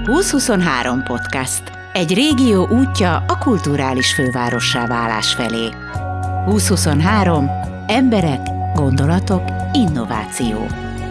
2023 podcast. Egy régió útja a kulturális fővárossá válás felé. 2023. Emberek, gondolatok, innováció.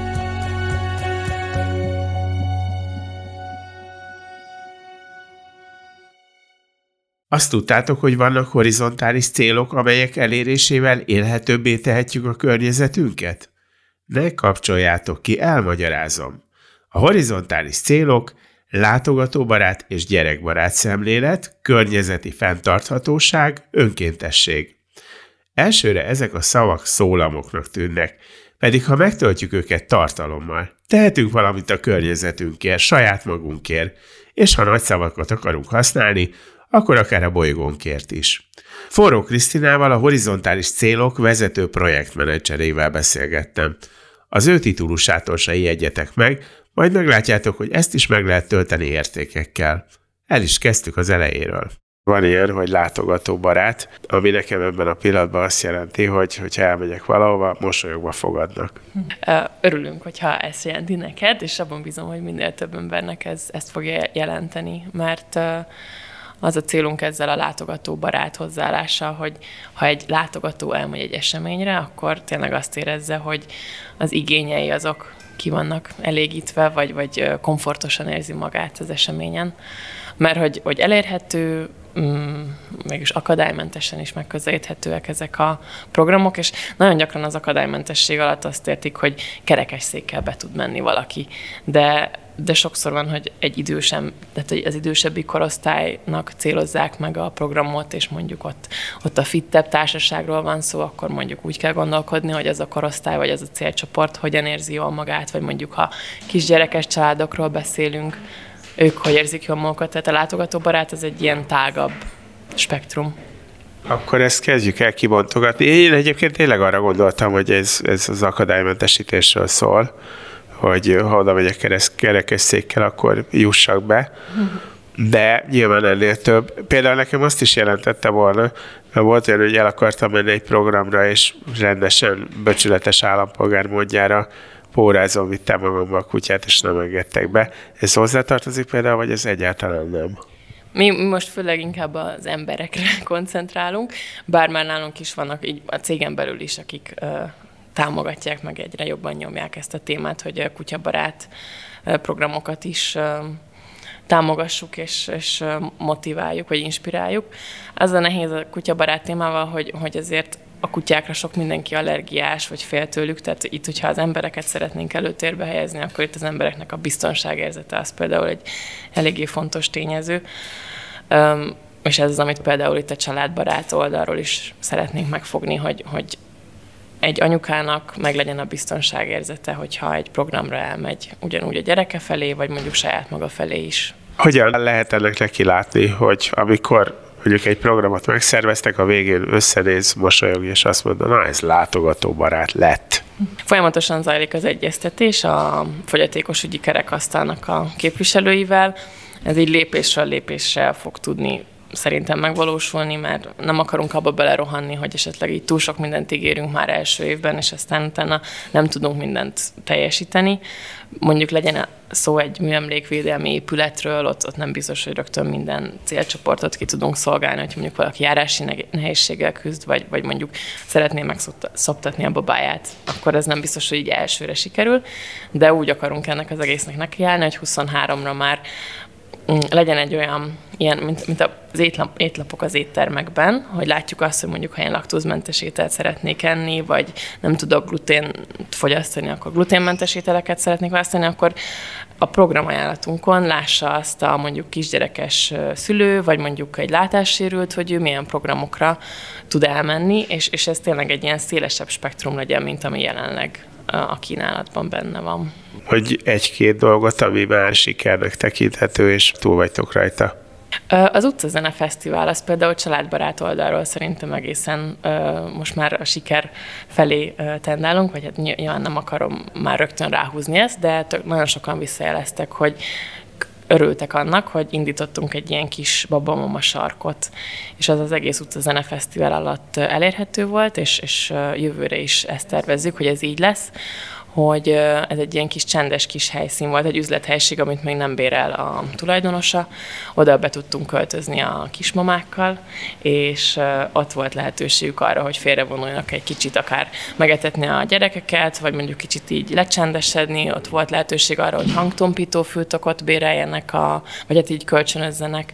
Azt tudtátok, hogy vannak horizontális célok, amelyek elérésével élhetőbbé tehetjük a környezetünket? Ne kapcsoljátok ki, elmagyarázom. A horizontális célok látogatóbarát és gyerekbarát szemlélet, környezeti fenntarthatóság, önkéntesség. Elsőre ezek a szavak szólamoknak tűnnek, pedig ha megtöltjük őket tartalommal, tehetünk valamit a környezetünkért, saját magunkért, és ha nagy szavakat akarunk használni, akkor akár a bolygónkért is. Forró Krisztinával, a horizontális célok vezető projektmenedzserével beszélgettem. Az ő titulusától se ijedjetek meg, majd meglátjátok, hogy ezt is meg lehet tölteni értékekkel. El is kezdtük az elejéről. Van ilyen, hogy látogatóbarát, ami nekem ebben a pillanatban azt jelenti, hogy ha elmegyek valahova, mosolyogva fogadnak. Örülünk, hogyha ezt jelenti neked, és abban bízom, hogy minél több embernek ezt fogja jelenteni, mert az a célunk ezzel a látogatóbarát hozzáállással, hogy ha egy látogató elmegy egy eseményre, akkor tényleg azt érezze, hogy az igényei azok ki vannak elégítve, vagy komfortosan érzi magát az eseményen. Mert hogy elérhető, mégis akadálymentesen is megközelíthetőek ezek a programok, és nagyon gyakran az akadálymentesség alatt azt értik, hogy kerekesszékkel be tud menni valaki. De sokszor van, hogy tehát az idősebbi korosztálynak célozzák meg a programot, és mondjuk ott a fittebb társaságról van szó, akkor mondjuk úgy kell gondolkodni, hogy az a korosztály, vagy az a célcsoport hogyan érzi jól magát, vagy mondjuk ha kisgyerekes családokról beszélünk, ők hogy érzik jól magukat, tehát a látogatóbarát az egy ilyen tágabb spektrum. Akkor ezt kezdjük el kibontogatni. Én egyébként tényleg arra gondoltam, hogy ez az akadálymentesítésről szól, hogy ha oda megyek kerekesszékkel, akkor jussak be. De nyilván ennél több. Például nekem azt is jelentette volna, mert volt olyan, hogy el akartam menni egy programra, és rendesen becsületes állampolgár módjára pórázom, vittem magamban a kutyát, és nem engedtek be. Ez hozzátartozik például, vagy ez egyáltalán nem? Mi most főleg inkább az emberekre koncentrálunk, bár már nálunk is vannak így a cégen belül is, akik támogatják, meg egyre jobban nyomják ezt a témát, hogy a kutyabarát programokat is támogassuk és motiváljuk, vagy inspiráljuk. Az a nehéz a kutyabarát témával, hogy azért a kutyákra sok mindenki allergiás, vagy fél tőlük, tehát itt, hogyha az embereket szeretnénk előtérbe helyezni, akkor itt az embereknek a biztonságérzete az például egy eléggé fontos tényező. És ez az, amit például itt a családbarát oldalról is szeretnénk megfogni, hogy egy anyukának meg legyen a biztonságérzete, hogyha egy programra elmegy ugyanúgy a gyereke felé, vagy mondjuk saját maga felé is. Hogyan lehet ennek neki látni, hogy amikor mondjuk egy programot megszerveztek, a végén összenéz, mosolyog, és azt mondja, na ez látogatóbarát lett. Folyamatosan zajlik az egyeztetés a fogyatékosügyi kerekasztalnak a képviselőivel. Ez így lépésről lépésre fog tudni szerintem megvalósulni, mert nem akarunk abba belerohanni, hogy esetleg így túl sok mindent ígérünk már első évben, és aztán utána nem tudunk mindent teljesíteni. Mondjuk legyen szó egy műemlékvédelmi épületről, ott nem biztos, hogy rögtön minden célcsoportot ki tudunk szolgálni, hogy mondjuk valaki járási nehézséggel küzd, vagy mondjuk szeretné megszoptatni a babáját, akkor ez nem biztos, hogy így elsőre sikerül, de úgy akarunk ennek az egésznek nekiállni, hogy 23-ra már legyen egy olyan, ilyen, mint az étlapok az éttermekben, hogy látjuk azt, hogy mondjuk, ha én laktózmentes ételt szeretnék enni, vagy nem tudok glutént fogyasztani, akkor gluténmentes ételeket szeretnék választani, akkor a programajánlatunkon lássa azt a mondjuk kisgyerekes szülő, vagy mondjuk egy látássérült, hogy ő milyen programokra tud elmenni, és ez tényleg egy ilyen szélesebb spektrum legyen, mint ami jelenleg a kínálatban benne van. Hogy egy-két dolgot, ami már sikernek tekinthető, és túl vagytok rajta. Az Utcazene Fesztivál, az például családbarát oldalról szerintem egészen most már a siker felé tendálunk, vagy hát nyilván nem akarom már rögtön ráhúzni ezt, de nagyon sokan visszajeleztek, hogy örültek annak, hogy indítottunk egy ilyen kis babamama sarkot, és az egész Utcazene Fesztivál alatt elérhető volt, és jövőre is ezt tervezzük, hogy ez így lesz, hogy ez egy ilyen kis csendes kis helyszín volt, egy üzlethelység, amit még nem bérel a tulajdonosa. Oda be tudtunk költözni a kismamákkal, és ott volt lehetőségük arra, hogy félrevonuljanak egy kicsit, akár megetetni a gyerekeket, vagy mondjuk kicsit így lecsendesedni. Ott volt lehetőség arra, hogy hangtompító fültökot béreljenek, vagy hát így kölcsönözzenek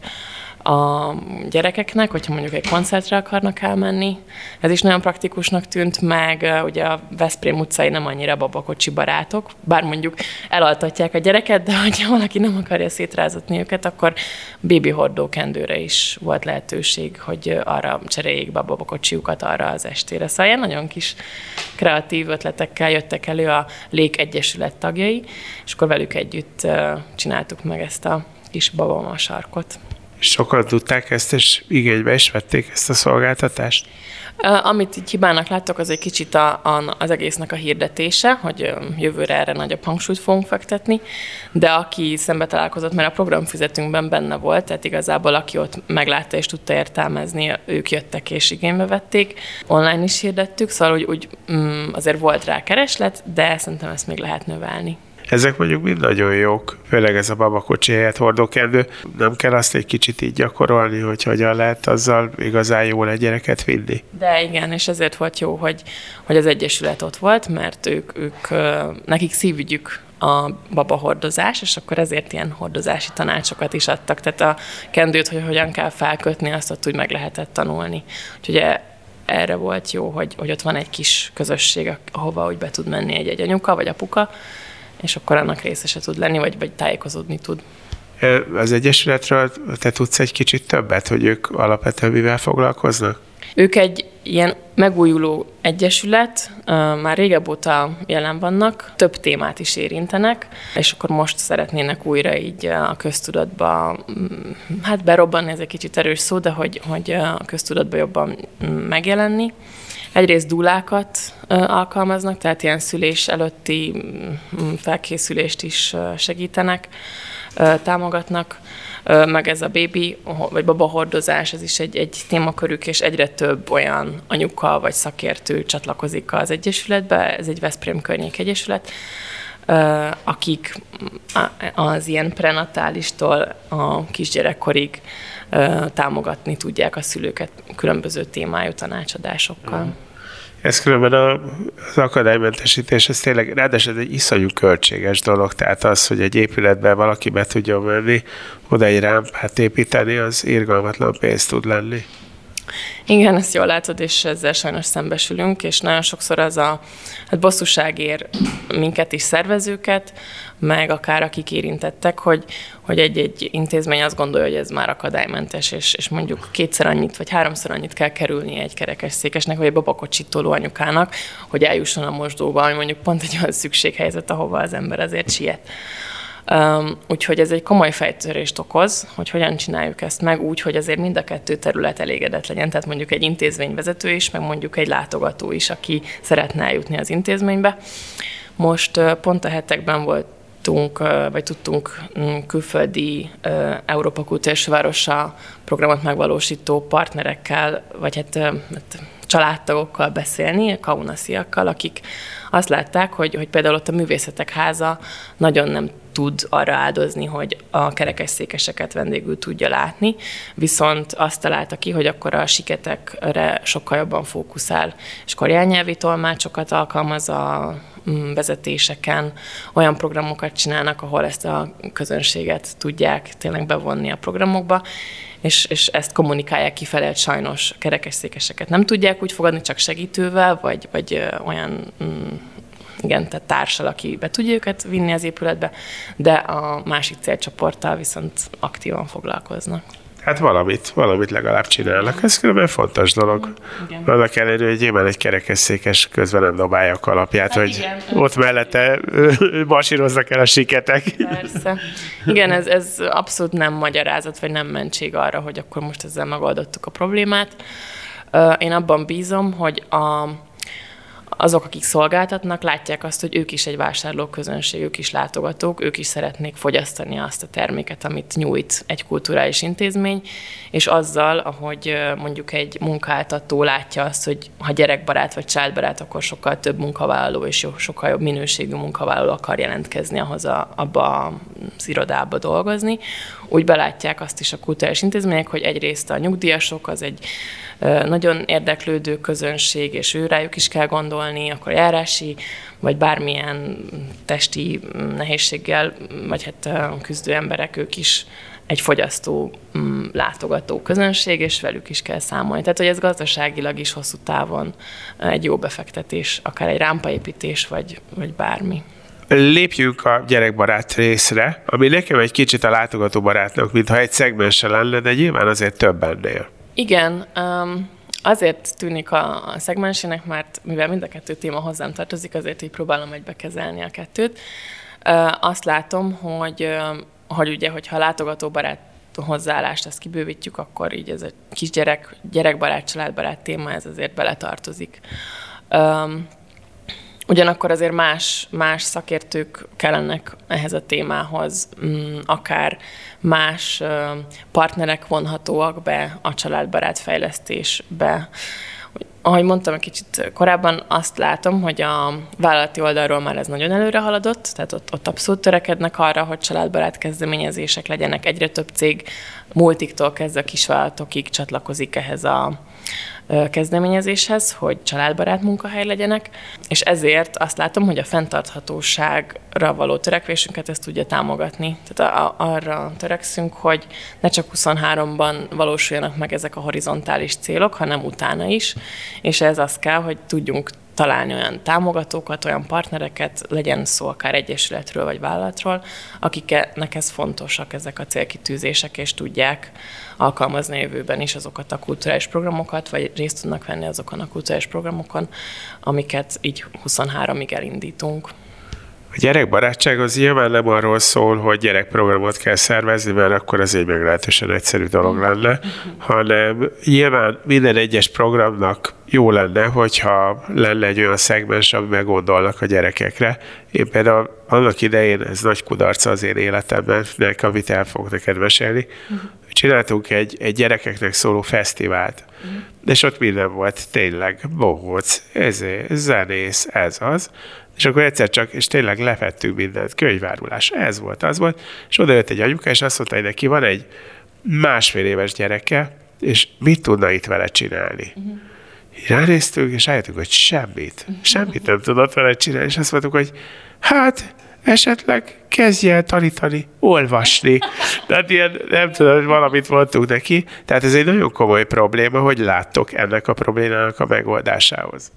a gyerekeknek, hogyha mondjuk egy koncertre akarnak elmenni. Ez is nagyon praktikusnak tűnt, meg ugye a Veszprém utcai nem annyira babakocsi barátok, bár mondjuk elaltatják a gyereket, de hogyha valaki nem akarja szétrázatni őket, akkor bébi hordókendőre is volt lehetőség, hogy arra cseréljék be a babakocsiukat arra az estére. Szóval ilyen nagyon kis kreatív ötletekkel jöttek elő a Lék Egyesület tagjai, és akkor velük együtt csináltuk meg ezt a kis babama sarkot. Sokan tudták ezt, és igénybe is vették ezt a szolgáltatást? Amit így hibának láttok, az egy kicsit az egésznek a hirdetése, hogy jövőre erre nagyobb hangsúlyt fogunk fektetni, de aki szembe találkozott, mert a programfüzetünkben benne volt, tehát igazából aki ott meglátta és tudta értelmezni, ők jöttek és igénybe vették. Online is hirdettük, szóval úgy azért volt rá kereslet, de szerintem ezt még lehet növelni. Ezek mondjuk mind nagyon jók, főleg ez a babakocsi helyett hordókendő. Nem kell azt egy kicsit így gyakorolni, hogy hogyan lehet azzal igazán jól egy gyereket vinni? De igen, és ezért volt jó, hogy az Egyesület ott volt, mert nekik szívügyük a babahordozás, és akkor ezért ilyen hordozási tanácsokat is adtak. Tehát a kendőt, hogy hogyan kell felkötni, azt ott úgy meg lehetett tanulni. Úgyhogy erre volt jó, hogy ott van egy kis közösség, ahova úgy be tud menni egy anyuka vagy apuka, és akkor annak részese tud lenni, vagy tájékozódni tud. Az Egyesületről te tudsz egy kicsit többet, hogy ők alapvetően mivel foglalkoznak? Ők egy ilyen megújuló egyesület, már régebb óta jelen vannak, több témát is érintenek, és akkor most szeretnének újra így a köztudatba, hát berobbanni, ez egy kicsit erős szó, de hogy a köztudatba jobban megjelenni. Egyrészt dúlákat alkalmaznak, tehát ilyen szülés előtti felkészülést is segítenek, támogatnak, meg ez a bébi vagy babahordozás, ez is egy témakörük, és egyre több olyan anyuka vagy szakértő csatlakozik az Egyesületbe, ez egy Veszprém környék egyesület, akik az ilyen prenatálistól a kisgyerekkorig támogatni tudják a szülőket különböző témájú tanácsadásokkal. Ez különben az akadálymentesítés, ez tényleg, ráadásul egy iszonyú költséges dolog, tehát az, hogy egy épületben valaki be tudjon menni, oda egy rámpát építeni, az irgalmatlan pénz tud lenni. Igen, ezt jól látod, és ezzel sajnos szembesülünk, és nagyon sokszor az a bosszúság ér minket is, szervezőket, meg akár akik érintettek, hogy egy intézmény azt gondolja, hogy ez már akadálymentes, és mondjuk 2-szer annyit, vagy 3-szor annyit kell kerülnie egy kerekesszékesnek, vagy egy babakocsit toló anyukának, hogy eljusson a mosdóba, ami mondjuk pont egy olyan szükséghelyzet, ahova az ember azért siet. Úgyhogy ez egy komoly fejtörést okoz, hogy hogyan csináljuk ezt meg úgy, hogy azért mind a kettő terület elégedett legyen. Tehát mondjuk egy intézményvezető is, meg mondjuk egy látogató is, aki szeretne eljutni az intézménybe. Most pont a hetekben tudtunk külföldi Európa Kulturális Városa programot megvalósító partnerekkel, vagy hát családtagokkal beszélni, kaunasziakkal, akik azt látták, hogy például ott a Művészetek Háza nagyon nem tud arra áldozni, hogy a kerekesszékeseket vendégül tudja látni, viszont azt találta ki, hogy akkor a siketekre sokkal jobban fókuszál, és koreánnyelvi tolmácsokat alkalmaz a vezetéseken, olyan programokat csinálnak, ahol ezt a közönséget tudják tényleg bevonni a programokba, és ezt kommunikálják kifelé, hogy sajnos kerekesszékeseket nem tudják úgy fogadni, csak segítővel, vagy olyan tehát társal, aki be tudja őket vinni az épületbe, de a másik célcsoporttal viszont aktívan foglalkoznak. Hát valamit legalább csinálnak. Ez különben fontos dolog. Annak ellenére, hogy nyilván egy kerekesszékes közben nem dobálja a kalapját, hát hogy igen, ott mellette masíroznak el a siketek. Persze. Igen, ez abszolút nem magyarázat, vagy nem mentség arra, hogy akkor most ezzel megoldottuk a problémát. Én abban bízom, hogy azok, akik szolgáltatnak, látják azt, hogy ők is egy vásárlóközönség, ők is látogatók, ők is szeretnék fogyasztani azt a terméket, amit nyújt egy kulturális intézmény, és azzal, ahogy mondjuk egy munkáltató látja azt, hogy ha gyerekbarát vagy családbarát, akkor sokkal több munkavállaló és sokkal jobb minőségű munkavállaló akar jelentkezni ahhoz abba az irodába dolgozni. Úgy belátják azt is a kulturális intézmények, hogy egyrészt a nyugdíjasok az egy nagyon érdeklődő közönség, és rájuk is kell gondolni, akkor járási, vagy bármilyen testi nehézséggel, vagy hát küzdő emberek, ők is egy fogyasztó, látogató közönség, és velük is kell számolni. Tehát, hogy ez gazdaságilag is hosszú távon egy jó befektetés, akár egy rámpaépítés, vagy bármi. Lépjünk a gyerekbarát részre, ami nekem egy kicsit a látogatóbarátnak, mintha egy szegmense lenne, de nyilván azért több ennél. Igen, azért tűnik a szegmensének, mert mivel mind a kettő téma hozzám tartozik, azért így próbálom egybekezelni a kettőt. Azt látom, hogy ugye, hogyha a látogatóbarát hozzáállást ezt kibővítjük, akkor így ez a gyerekbarát, családbarát téma, ez azért beletartozik. Ugyanakkor azért más szakértők kellenek ehhez a témához, akár más partnerek vonhatóak be a családbarát fejlesztésbe. Ahogy mondtam egy kicsit korábban, azt látom, hogy a vállalati oldalról már ez nagyon előre haladott, tehát ott abszolút törekednek arra, hogy családbarát kezdeményezések legyenek. Egyre több cég multiktól kezdve a kisvállalatokig csatlakozik ehhez a kezdeményezéshez, hogy családbarát munkahely legyenek, és ezért azt látom, hogy a fenntarthatóságra való törekvésünket ezt tudja támogatni. Tehát arra törekszünk, hogy ne csak 23-ban valósuljanak meg ezek a horizontális célok, hanem utána is, és ez az kell, hogy tudjunk találni olyan támogatókat, olyan partnereket, legyen szó akár egyesületről vagy vállalatról, akiknek ez fontosak, ezek a célkitűzések, és tudják alkalmazni a jövőben is azokat a kulturális programokat, vagy részt tudnak venni azokon a kulturális programokon, amiket így 23-ig elindítunk. A gyerekbarátság az nyilván nem arról szól, hogy gyerekprogramot kell szervezni, mert akkor az egy meglehetősen egyszerű dolog lenne, hanem nyilván minden egyes programnak jó lenne, hogyha lenne egy olyan szegmens, amiben gondolnak a gyerekekre. Én például annak idején, ez nagy kudarca az én életemben, amit el fogok neked mesélni, csináltunk egy gyerekeknek szóló fesztivált, és ott minden volt, tényleg, bohóc, zenész, ez az, és akkor egyszer csak, és tényleg lefettünk mindent, könyvárulás, ez volt, az volt, és oda jött egy anyuka, és azt mondta, hogy neki van egy 1,5 éves gyereke, és mit tudna itt vele csinálni? Ránéztünk, és rájöttünk, hogy semmit nem tudott vele csinálni, és azt mondtuk, hogy hát, esetleg kezdj el tanítani, olvasni. Tehát ilyen, nem tudom, hogy valamit mondtunk neki. Tehát ez egy nagyon komoly probléma, hogy láttok ennek a problémának a megoldásához.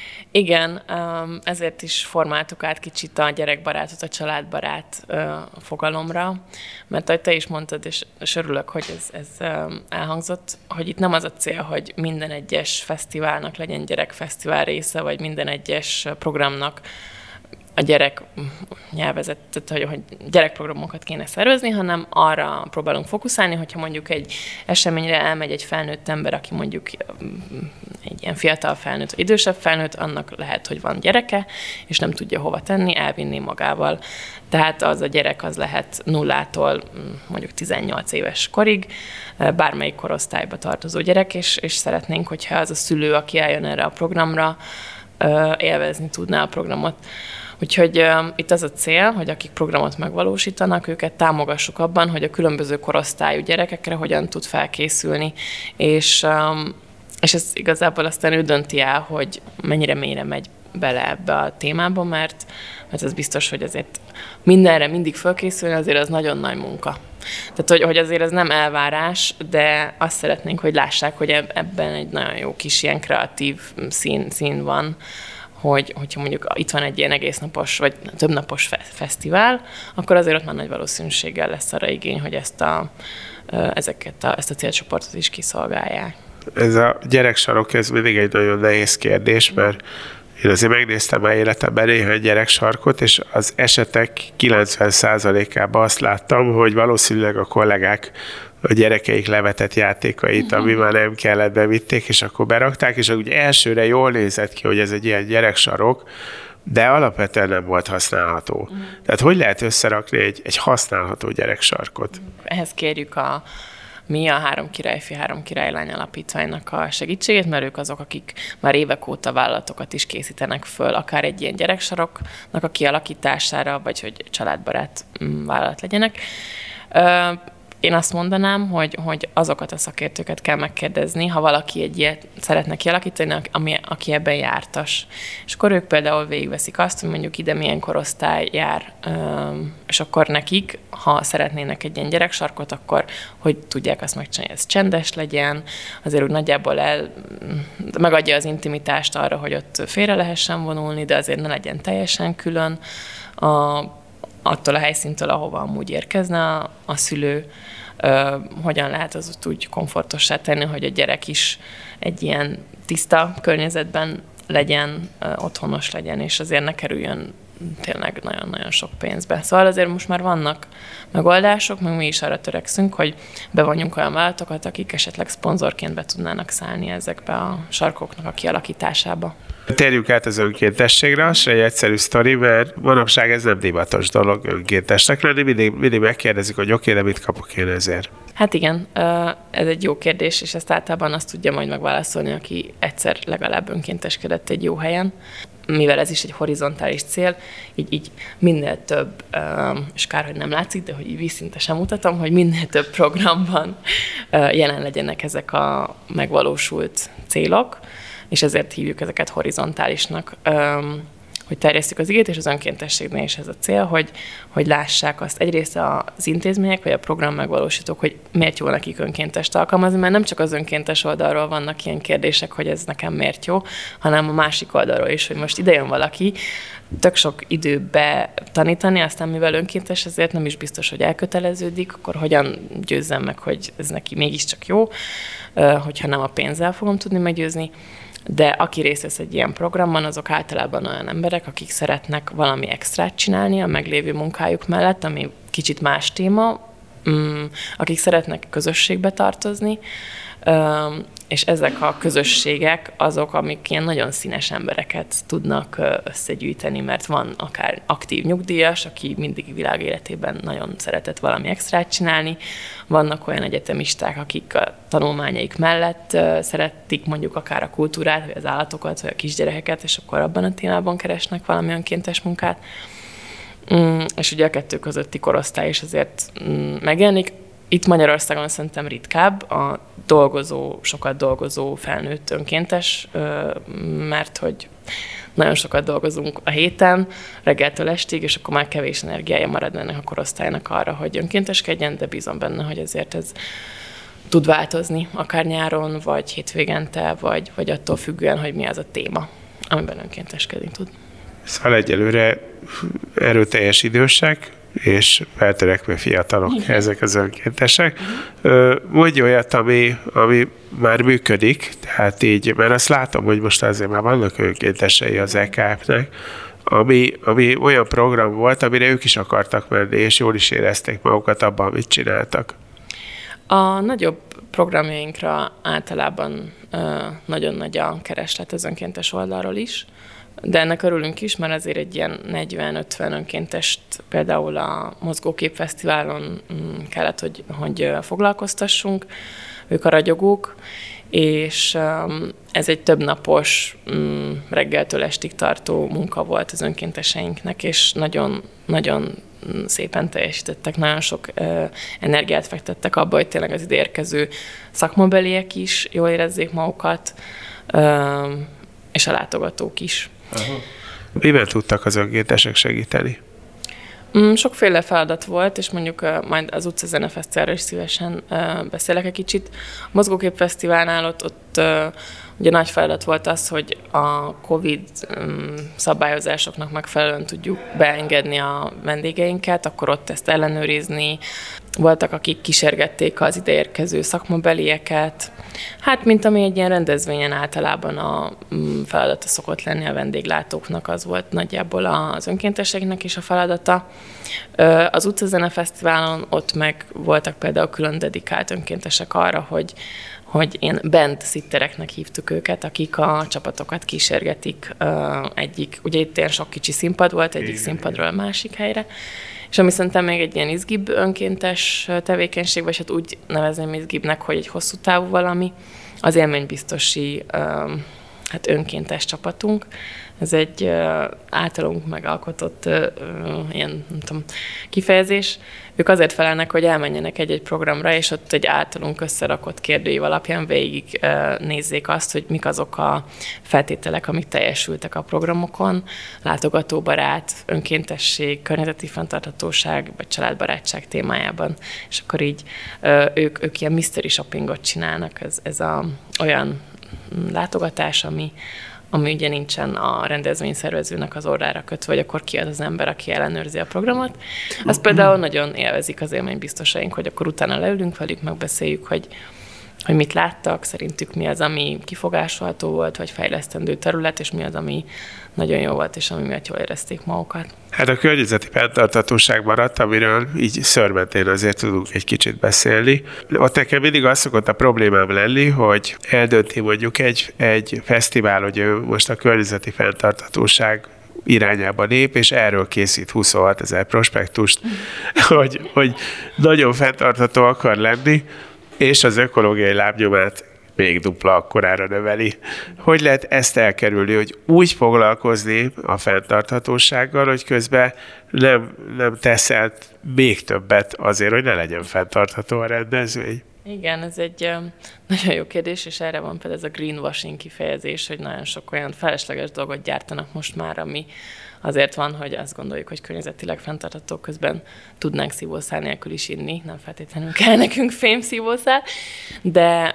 Igen, ezért is formáltuk át kicsit a gyerekbarátot, a családbarát fogalomra, mert ahogy te is mondtad, és örülök, hogy ez elhangzott, hogy itt nem az a cél, hogy minden egyes fesztiválnak legyen gyerekfesztivál része, vagy minden egyes programnak a gyerek nyelvezetet, hogy gyerekprogramokat kéne szervezni, hanem arra próbálunk fókuszálni, hogyha mondjuk egy eseményre elmegy egy felnőtt ember, aki mondjuk egy ilyen fiatal felnőtt, vagy idősebb felnőtt, annak lehet, hogy van gyereke, és nem tudja hova tenni, elvinni magával. Tehát az a gyerek az lehet 0-tól mondjuk 18 éves korig, bármelyik korosztályba tartozó gyerek, és szeretnénk, hogyha az a szülő, aki eljön erre a programra, élvezni tudná a programot. Úgyhogy itt az a cél, hogy akik programot megvalósítanak, őket támogassuk abban, hogy a különböző korosztályú gyerekekre hogyan tud felkészülni, és ez igazából aztán ő dönti el, hogy mennyire mélyre megy bele ebbe a témába, mert ez biztos, hogy azért mindenre mindig felkészülni, azért az nagyon nagy munka. Tehát, hogy azért ez nem elvárás, de azt szeretnénk, hogy lássák, hogy ebben egy nagyon jó kis ilyen kreatív szín van, hogyha mondjuk itt van egy ilyen egésznapos, vagy többnapos fesztivál, akkor azért ott már nagy valószínűséggel lesz arra igény, hogy ezt a célcsoportot is kiszolgálják. Ez a gyereksarok, ez mindig egy nagyon nehéz kérdés, mert én azért megnéztem már életemben néhány gyereksarkot, és az esetek 90%-ában azt láttam, hogy valószínűleg a kollégák a gyerekeik levetett játékait, ami már nem kellett, bevitték, és akkor berakták, és úgy elsőre jól nézett ki, hogy ez egy ilyen gyereksarok, de alapvetően nem volt használható. Tehát hogy lehet összerakni egy használható gyereksarkot? Ehhez kérjük mi a Három királyfi, Három királylány alapítványnak a segítségét, mert ők azok, akik már évek óta vállalatokat is készítenek föl, akár egy ilyen gyereksaroknak a kialakítására, vagy hogy családbarát vállalat legyenek. Én azt mondanám, hogy azokat a szakértőket kell megkérdezni, ha valaki egy ilyet szeretne kialakítani, aki ebben jártas. És akkor ők például végigveszik azt, hogy mondjuk ide milyen korosztály jár, és akkor nekik, ha szeretnének egy ilyen gyereksarkot, akkor hogy tudják azt megcsinálni, hogy ez csendes legyen, azért úgy nagyjából megadja az intimitást arra, hogy ott félre lehessen vonulni, de azért ne legyen teljesen külön attól a helyszíntől, ahova amúgy érkezne a szülő, hogyan lehet az úgy komfortossá tenni, hogy a gyerek is egy ilyen tiszta környezetben legyen, otthonos legyen, és azért ne kerüljön tényleg nagyon-nagyon sok pénzbe. Szóval azért most már vannak megoldások, meg mi is arra törekszünk, hogy bevonjunk olyan vállalatokat, akik esetleg szponzorként be tudnának szállni ezekbe a sarkoknak a kialakításába. Térjünk át az önkéntességre, az egy egyszerű sztori, mert manapság ez nem divatos dolog önkéntesnek lenni, mindig megkérdezik, hogy oké, de mit kapok én ezért? Hát igen, ez egy jó kérdés, és ezt általában azt tudja majd megválaszolni, aki egyszer legalább önkénteskedett egy jó helyen. Mivel ez is egy horizontális cél, így minél több, és kár, hogy nem látszik, de hogy így vízszintesen mutatom, hogy minél több programban jelen legyenek ezek a megvalósult célok, és ezért hívjuk ezeket horizontálisnak, hogy terjesszük az igét, és az önkéntességnél is ez a cél, hogy lássák azt egyrészt az intézmények, vagy a program megvalósítók, hogy miért jó nekik önkéntest alkalmazni, mert nem csak az önkéntes oldalról vannak ilyen kérdések, hogy ez nekem miért jó, hanem a másik oldalról is, hogy most ide jön valaki, tök sok időbe tanítani, aztán mivel önkéntes, ezért nem is biztos, hogy elköteleződik, akkor hogyan győzzem meg, hogy ez neki mégiscsak jó, hogyha nem a pénzzel fogom tudni meggyőzni. De aki részt vesz egy ilyen programban, azok általában olyan emberek, akik szeretnek valami extrát csinálni a meglévő munkájuk mellett, ami kicsit más téma, akik szeretnek közösségbe tartozni, és ezek a közösségek azok, amik ilyen nagyon színes embereket tudnak összegyűjteni, mert van akár aktív nyugdíjas, aki mindig világ életében nagyon szeretett valami extrát csinálni, vannak olyan egyetemisták, akik a tanulmányaik mellett szeretik mondjuk akár a kultúrát, vagy az állatokat, vagy a kisgyerekeket, és akkor abban a témában keresnek valami önkéntes munkát. És ugye a kettő közötti korosztály is azért megjelenik. Itt Magyarországon szerintem ritkább a sokat dolgozó felnőtt önkéntes, mert hogy nagyon sokat dolgozunk a héten, reggeltől estig, és akkor már kevés energiája marad ennek a korosztálynak arra, hogy önkénteskedjen, de bízom benne, hogy ezért ez tud változni, akár nyáron, vagy hétvégente, vagy attól függően, hogy mi az a téma, amiben önkénteskedni tud. Szóval egyelőre erőteljes idősek, és feltörekvő fiatalok, igen, ezek az önkéntesek. Mondj olyat, ami már működik, tehát így, mert azt látom, hogy most azért már vannak önkéntesei az EKF-nek, ami olyan program volt, amire ők is akartak menni, és jól is érezték magukat abban, amit csináltak. A nagyobb programjainkra általában nagyon nagy a kereslet az önkéntes oldalról is, de ennek örülünk is, mert azért egy ilyen 40-50 önkéntest például a Mozgókép Fesztiválon kellett, hogy foglalkoztassunk, ők a ragyogók, és ez egy többnapos, reggeltől estig tartó munka volt az önkénteseinknek, és nagyon, nagyon szépen teljesítettek, nagyon sok energiát fektettek abba, hogy tényleg az ide érkező szakmabeliek is jól érezzék magukat, és a látogatók is. Aha. Miben tudtak az önkéntesek segíteni? Sokféle feladat volt, és mondjuk majd az Utca Zenefesztiválról is szívesen beszélek egy kicsit. A Mozgókép Fesztiválnál ott ugye nagy feladat volt az, hogy a COVID szabályozásoknak megfelelően tudjuk beengedni a vendégeinket, akkor ott ezt ellenőrizni. Voltak, akik kísérgették az ideérkező szakmabelieket. Hát, mint ami egy ilyen rendezvényen általában a feladata szokott lenni a vendéglátóknak, az volt nagyjából az önkénteseknek is a feladata. Az Utcazene Fesztiválon ott meg voltak például külön dedikált önkéntesek arra, hogy ilyen band-szittereknek hívtuk őket, akik a csapatokat kísérgetik ugye itt ilyen sok kicsi színpad volt, egyik színpadról a másik helyre. És ami szerintem még egy ilyen izgibb önkéntes tevékenység, vagy hát úgy nevezném izgibbnek, hogy egy hosszú távú valami, az élménybiztosi önkéntes csapatunk. Ez egy általunk megalkotott ilyen, nem tudom, kifejezés. Ők azért felelnek, hogy elmenjenek egy-egy programra, és ott egy általunk összerakott kérdőív alapján végig nézzék azt, hogy mik azok a feltételek, amik teljesültek a programokon, látogatóbarát, önkéntesség, környezeti fenntarthatóság, vagy családbarátság témájában. És akkor így ők ilyen mystery shoppingot csinálnak. Ez olyan látogatás, ami ugye nincsen a rendezvényszervezőnek az orrára kötve, hogy akkor ki az ember, aki ellenőrzi a programot. Azt például nagyon élvezik az élménybiztosaink, hogy akkor utána leülünk velük, megbeszéljük, hogy mit láttak, szerintük mi az, ami kifogásolható volt, vagy fejlesztendő terület, és mi az, ami nagyon jó volt, és ami miatt jól érezték magukat. Hát a környezeti fenntarthatóság maradt, amiről így szörmentén azért tudunk egy kicsit beszélni. Ott nekem mindig az szokott a problémám lenni, hogy eldönti mondjuk egy fesztivál, hogy most a környezeti fenntarthatóság irányába lép, és erről készít 26 000 prospektust, hogy nagyon fenntartható akar lenni, és az ökológiai lábnyomát még dupla akkorára növeli. Hogy lehet ezt elkerülni, hogy úgy foglalkozni a fenntarthatósággal, hogy közben nem teszel még többet azért, hogy ne legyen fenntartható a rendezvény? Igen, ez egy nagyon jó kérdés, és erre van például ez a greenwashing kifejezés, hogy nagyon sok olyan felesleges dolgot gyártanak most már, ami azért van, hogy azt gondoljuk, hogy környezetileg fenntartható, közben tudnánk szívószál nélkül is inni, nem feltétlenül kell nekünk fémszívószál, de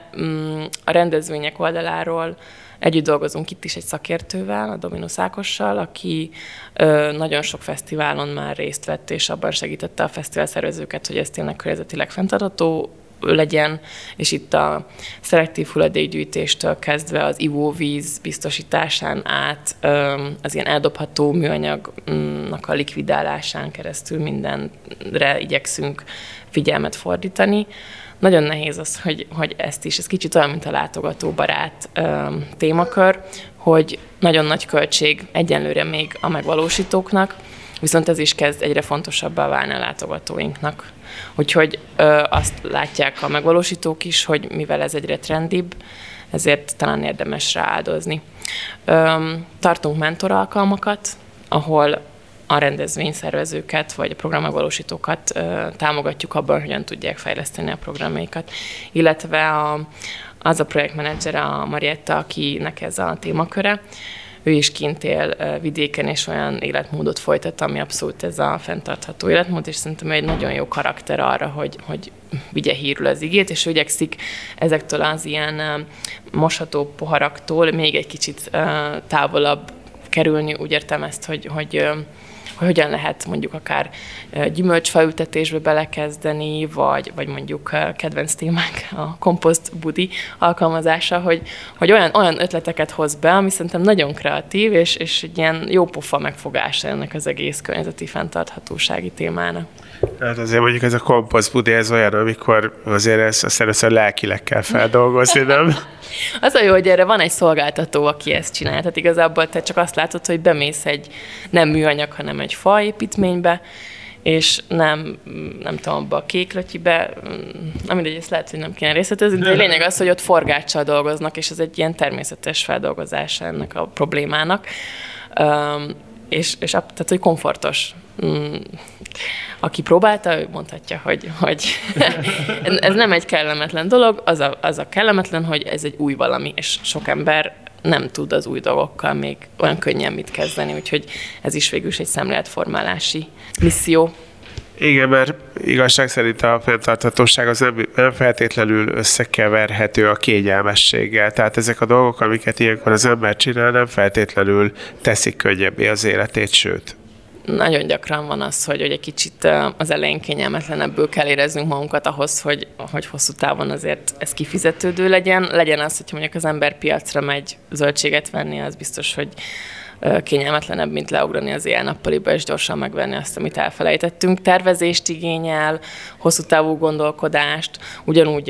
a rendezvények oldaláról együtt dolgozunk itt is egy szakértővel, a Dominus Ákossal, aki nagyon sok fesztiválon már részt vett, és abban segítette a fesztivál szervezőket, hogy ez tényleg környezetileg fenntartható legyen, és itt a szelektív hulladékgyűjtéstől kezdve az ivóvíz biztosításán át, az ilyen eldobható műanyagnak a likvidálásán keresztül mindenre igyekszünk figyelmet fordítani. Nagyon nehéz az, hogy ez kicsit olyan, mint a látogatóbarát témakör, hogy nagyon nagy költség egyenlőre még a megvalósítóknak, viszont ez is kezd egyre fontosabbá válni a látogatóinknak. Úgyhogy azt látják a megvalósítók is, hogy mivel ez egyre trendibb, ezért talán érdemes rááldozni. Tartunk mentoralkalmakat, ahol a rendezvényszervezőket vagy a programmegvalósítókat támogatjuk abban, hogyan tudják fejleszteni a programjaikat. Illetve az a projektmenedzser, a Marietta, akinek ez a témaköre, ő is kint él vidéken, és olyan életmódot folytat, ami abszolút ez a fenntartható életmód, és szerintem egy nagyon jó karakter arra, hogy vigye hírül az igét, és ő igyekszik ezektől az ilyen mosható poharaktól még egy kicsit távolabb kerülni. Úgy értem ezt, hogy hogyan lehet mondjuk akár gyümölcsfaültetésbe belekezdeni, vagy mondjuk kedvenc témánk a komposzt budi alkalmazása, hogy olyan ötleteket hoz be, ami szerintem nagyon kreatív, és egy ilyen jó pofa megfogása ennek az egész környezeti fenntarthatósági témának. Hát azért mondjuk ez a komposzt budi, ez olyan, amikor azért ezt először lelkileg kell feldolgozni, nem? Az a jó, hogy erre van egy szolgáltató, aki ezt csinál. Tehát igazából te csak azt látod, hogy bemész egy nem műanyag, hanem egy faépítménybe, és nem tudom, abba a kéklötyibe, mindegy, ezt lehet, hogy nem kéne részletezni, de a lényeg az, hogy ott forgáccsal dolgoznak, és ez egy ilyen természetes feldolgozása ennek a problémának. Tehát, hogy komfortos. Aki próbálta, ő mondhatja, hogy ez nem egy kellemetlen dolog, az a kellemetlen, hogy ez egy új valami, és sok ember nem tud az új dolgokkal még olyan könnyen mit kezdeni, úgyhogy ez is végül is egy szemléletformálási misszió. Igen, mert igazság szerint a fenntarthatóság az nem feltétlenül összekeverhető a kényelmességgel. Tehát ezek a dolgok, amiket ilyenkor az ember csinál, nem feltétlenül teszik könnyebbé az életét, sőt. Nagyon gyakran van az, hogy egy kicsit az elején kényelmetlenebből kell éreznünk magunkat ahhoz, hogy hosszú távon azért ez kifizetődő legyen. Legyen az, hogyha mondjuk az ember piacra megy zöldséget venni, az biztos, hogy kényelmetlenebb, mint leugrani az éjjel-nappaliba és gyorsan megvenni azt, amit elfelejtettünk. Tervezést igényel, hosszú távú gondolkodást, ugyanúgy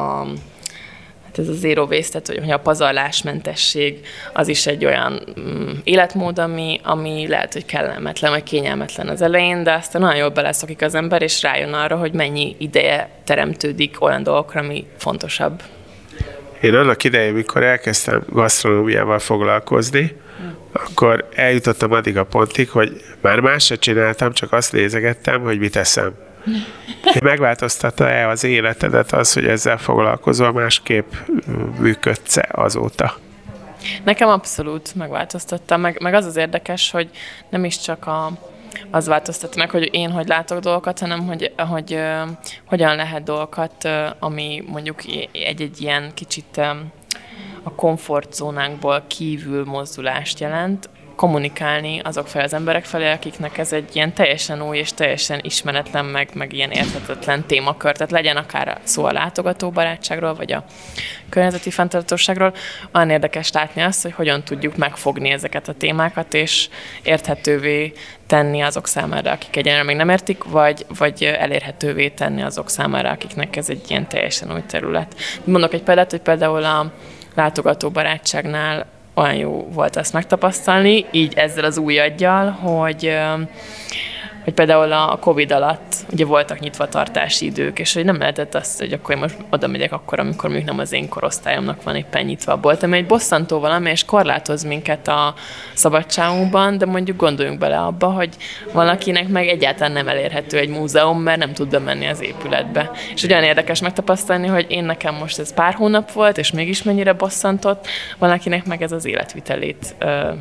ez a zero waste, tehát hogy a pazarlásmentesség, az is egy olyan életmód, ami lehet, hogy kellemetlen, vagy kényelmetlen az elején, de aztán nagyon jól beleszokik az ember, és rájön arra, hogy mennyi ideje teremtődik olyan dolgokra, ami fontosabb. Én annak idején, mikor elkezdtem gasztronómiával foglalkozni, akkor eljutottam addig a pontig, hogy már más se csináltam, csak azt nézegettem, hogy mit eszem. Megváltoztatta-e az életedet az, hogy ezzel foglalkozol, másképp működsz-e azóta? Nekem abszolút megváltoztatta, meg az érdekes, hogy nem is csak az változtatta meg, hogy én hogy látok dolgokat, hanem hogy hogyan lehet dolgokat, ami mondjuk egy ilyen kicsit a komfortzónánkból kívül mozdulást jelent, kommunikálni azok felé az emberek felé, akiknek ez egy ilyen teljesen új és teljesen ismeretlen, meg ilyen érthetetlen témakör. Tehát legyen akár szó a látogatóbarátságról, vagy a környezeti fenntarthatóságról. Olyan érdekes látni azt, hogy hogyan tudjuk megfogni ezeket a témákat, és érthetővé tenni azok számára, akik egyenlően még nem értik, vagy elérhetővé tenni azok számára, akiknek ez egy ilyen teljesen új terület. Mondok egy példát, hogy például a látogatóbarátságnál olyan jó volt azt megtapasztalni, így ezzel az új aggyal, hogy például a Covid alatt ugye voltak nyitvatartási idők, és hogy nem lehetett azt, hogy akkor én most oda megyek akkor, amikor mondjuk nem az én korosztályomnak van éppen nyitva a bolt, ami egy bosszantó valami, és korlátoz minket a szabadságunkban, de mondjuk gondoljunk bele abba, hogy valakinek meg egyáltalán nem elérhető egy múzeum, mert nem tud bemenni az épületbe. És olyan érdekes megtapasztalni, hogy én nekem most ez pár hónap volt, és mégis mennyire bosszantott, valakinek meg ez az életvitelét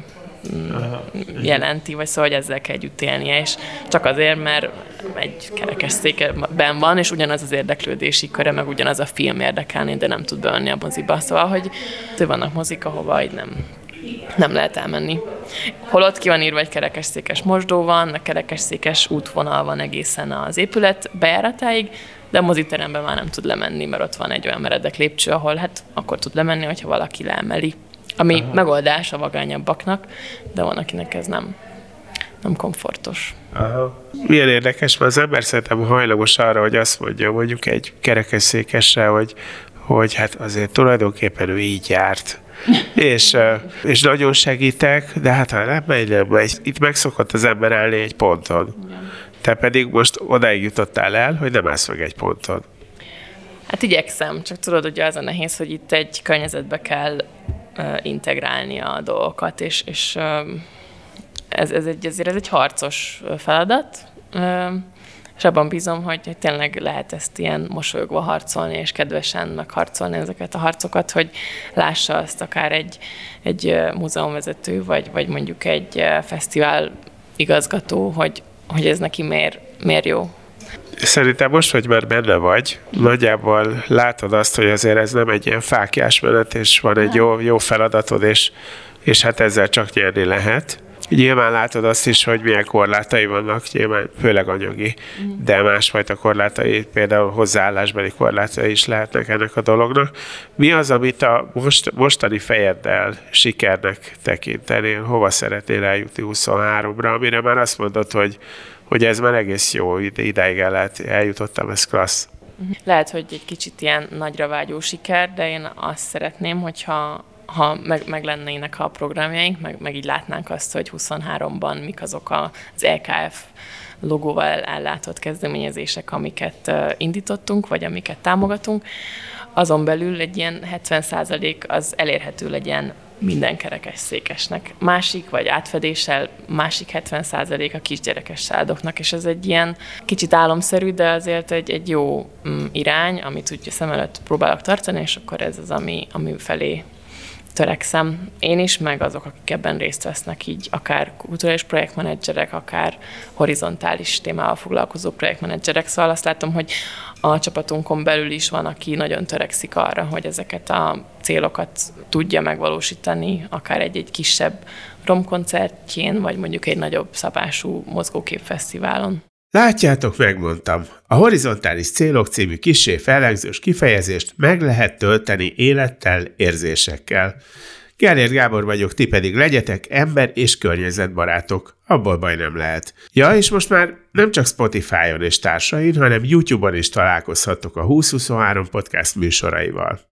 jelenti, vagy szóval, hogy ezzel kell együtt élnie, és csak azért, mert egy kerekesszékben van, és ugyanaz az érdeklődési köre, meg ugyanaz a film érdekelni, de nem tud bemenni a moziba. Szóval, hogy vannak mozik, ahova így nem lehet elmenni. Holott ki van írva, egy kerekesszékes mosdó van, a kerekesszékes útvonal van egészen az épület bejáratáig, de a moziteremben már nem tud lemenni, mert ott van egy olyan meredek lépcső, ahol hát akkor tud lemenni, hogyha valaki leemeli. Ami megoldás a vagányabbaknak, de van, akinek ez nem komfortos. Aha. Milyen érdekes, mert az ember szerintem hajlamos arra, hogy azt mondja mondjuk egy kerekesszékesre, hogy hát azért tulajdonképpen ő így járt. és nagyon segítek, de hát ha nem megy. Itt megszokott az ember állni egy ponton. Igen. Te pedig most odáig jutottál el, hogy nem állsz meg egy ponton. Hát igyekszem, csak tudod, hogy az a nehéz, hogy itt egy környezetbe kell integrálni a dolgokat, és ez egy harcos feladat, és abban bízom, hogy tényleg lehet ezt ilyen mosolyogva harcolni, és kedvesen megharcolni ezeket a harcokat, hogy lássa azt akár egy múzeumvezető, vagy mondjuk egy fesztivál igazgató, hogy ez neki miért jó. Szerintem most, hogy már benne vagy, nagyjából látod azt, hogy azért ez nem egy ilyen fáklyás menet, és van egy jó feladatod, és hát ezzel csak nyerni lehet. Nyilván látod azt is, hogy milyen korlátai vannak, nyilván főleg anyagi, de másfajta korlátai, például hozzáállásbeli korlátai is lehetnek ennek a dolognak. Mi az, amit a mostani fejeddel sikernek tekintenél, hova szeretnél eljutni 23-ra, amire már azt mondod, hogy ez már egész jó, idáig eljutottam, ez klassz. Lehet, hogy egy kicsit ilyen nagyra vágyó siker, de én azt szeretném, hogyha meg lennének a programjaink, meg így látnánk azt, hogy 23-ban mik azok az EKF logóval ellátott kezdeményezések, amiket indítottunk, vagy amiket támogatunk. Azon belül egy ilyen 70% az elérhető legyen minden kerekesszékesnek. Másik, vagy átfedéssel, másik 70% a kisgyerekes családoknak, és ez egy ilyen kicsit álomszerű, de azért egy jó irány, amit úgy szem előtt próbálok tartani, és akkor ez az, ami felé törekszem én is, meg azok, akik ebben részt vesznek, így akár kulturális projektmenedzserek, akár horizontális témával foglalkozó projektmenedzserek. Szóval azt látom, hogy a csapatunkon belül is van, aki nagyon törekszik arra, hogy ezeket a célokat tudja megvalósítani, akár egy kisebb romkoncertjén, vagy mondjuk egy nagyobb szabású mozgóképfesztiválon. Látjátok, megmondtam, a Horizontális Célok című kissé fellegzős kifejezést meg lehet tölteni élettel, érzésekkel. Gellért Gábor vagyok, ti pedig legyetek ember- és környezetbarátok, abból baj nem lehet. Ja, és most már nem csak Spotify-on és társain, hanem YouTube-on is találkozhattok a 2023 podcast műsoraival.